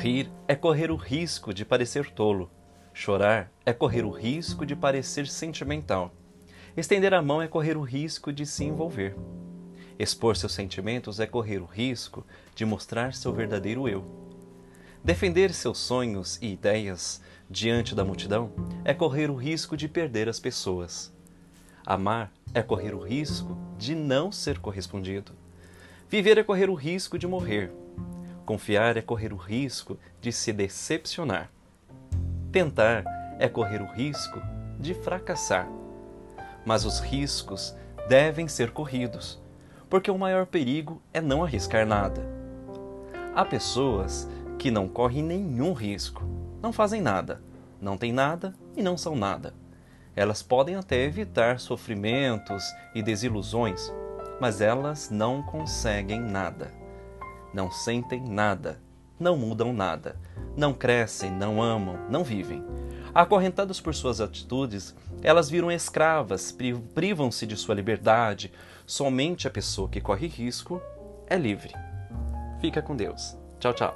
Rir é correr o risco de parecer tolo. Chorar é correr o risco de parecer sentimental. Estender a mão é correr o risco de se envolver. Expor seus sentimentos é correr o risco de mostrar seu verdadeiro eu. Defender seus sonhos e ideias diante da multidão é correr o risco de perder as pessoas. Amar é correr o risco de não ser correspondido. Viver é correr o risco de morrer. Confiar é correr o risco de se decepcionar. Tentar é correr o risco de fracassar. Mas os riscos devem ser corridos, porque o maior perigo é não arriscar nada. Há pessoas que não correm nenhum risco, não fazem nada, não têm nada e não são nada. Elas podem até evitar sofrimentos e desilusões, mas elas não conseguem nada. Não sentem nada, não mudam nada, não crescem, não amam, não vivem. Acorrentadas por suas atitudes, elas viram escravas, privam-se de sua liberdade. Somente a pessoa que corre risco é livre. Fica com Deus. Tchau, tchau.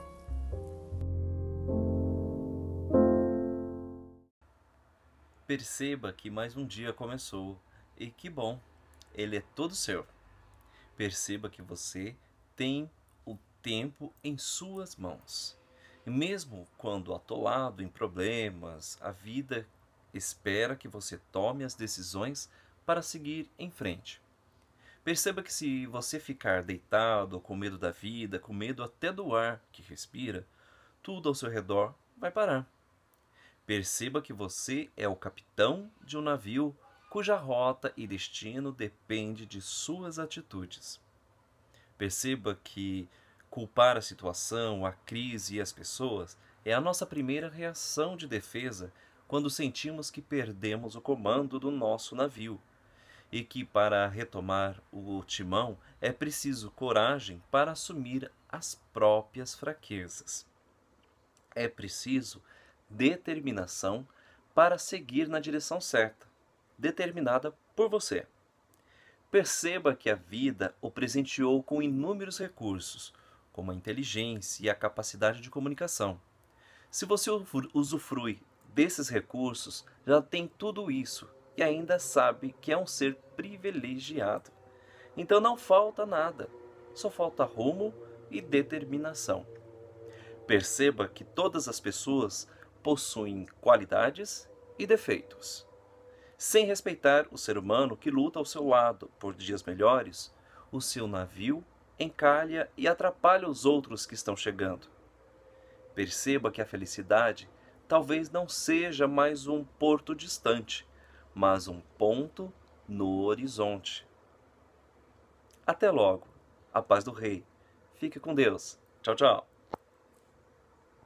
Perceba que mais um dia começou e que bom, ele é todo seu. Perceba que você tem o tempo em suas mãos. E mesmo quando atolado em problemas, a vida espera que você tome as decisões para seguir em frente. Perceba que se você ficar deitado, com medo da vida, com medo até do ar que respira, tudo ao seu redor vai parar. Perceba que você é o capitão de um navio cuja rota e destino depende de suas atitudes. Perceba que culpar a situação, a crise e as pessoas é a nossa primeira reação de defesa quando sentimos que perdemos o comando do nosso navio e que para retomar o timão é preciso coragem para assumir as próprias fraquezas. É preciso determinação para seguir na direção certa, determinada por você. Perceba que a vida o presenteou com inúmeros recursos, como a inteligência e a capacidade de comunicação. Se você usufrui desses recursos, já tem tudo isso e ainda sabe que é um ser privilegiado. Então não falta nada, só falta rumo e determinação. Perceba que todas as pessoas possuem qualidades e defeitos. Sem respeitar o ser humano que luta ao seu lado por dias melhores, o seu navio encalha e atrapalha os outros que estão chegando. Perceba que a felicidade talvez não seja mais um porto distante, mas um ponto no horizonte. Até logo. A paz do Rei. Fique com Deus. Tchau, tchau.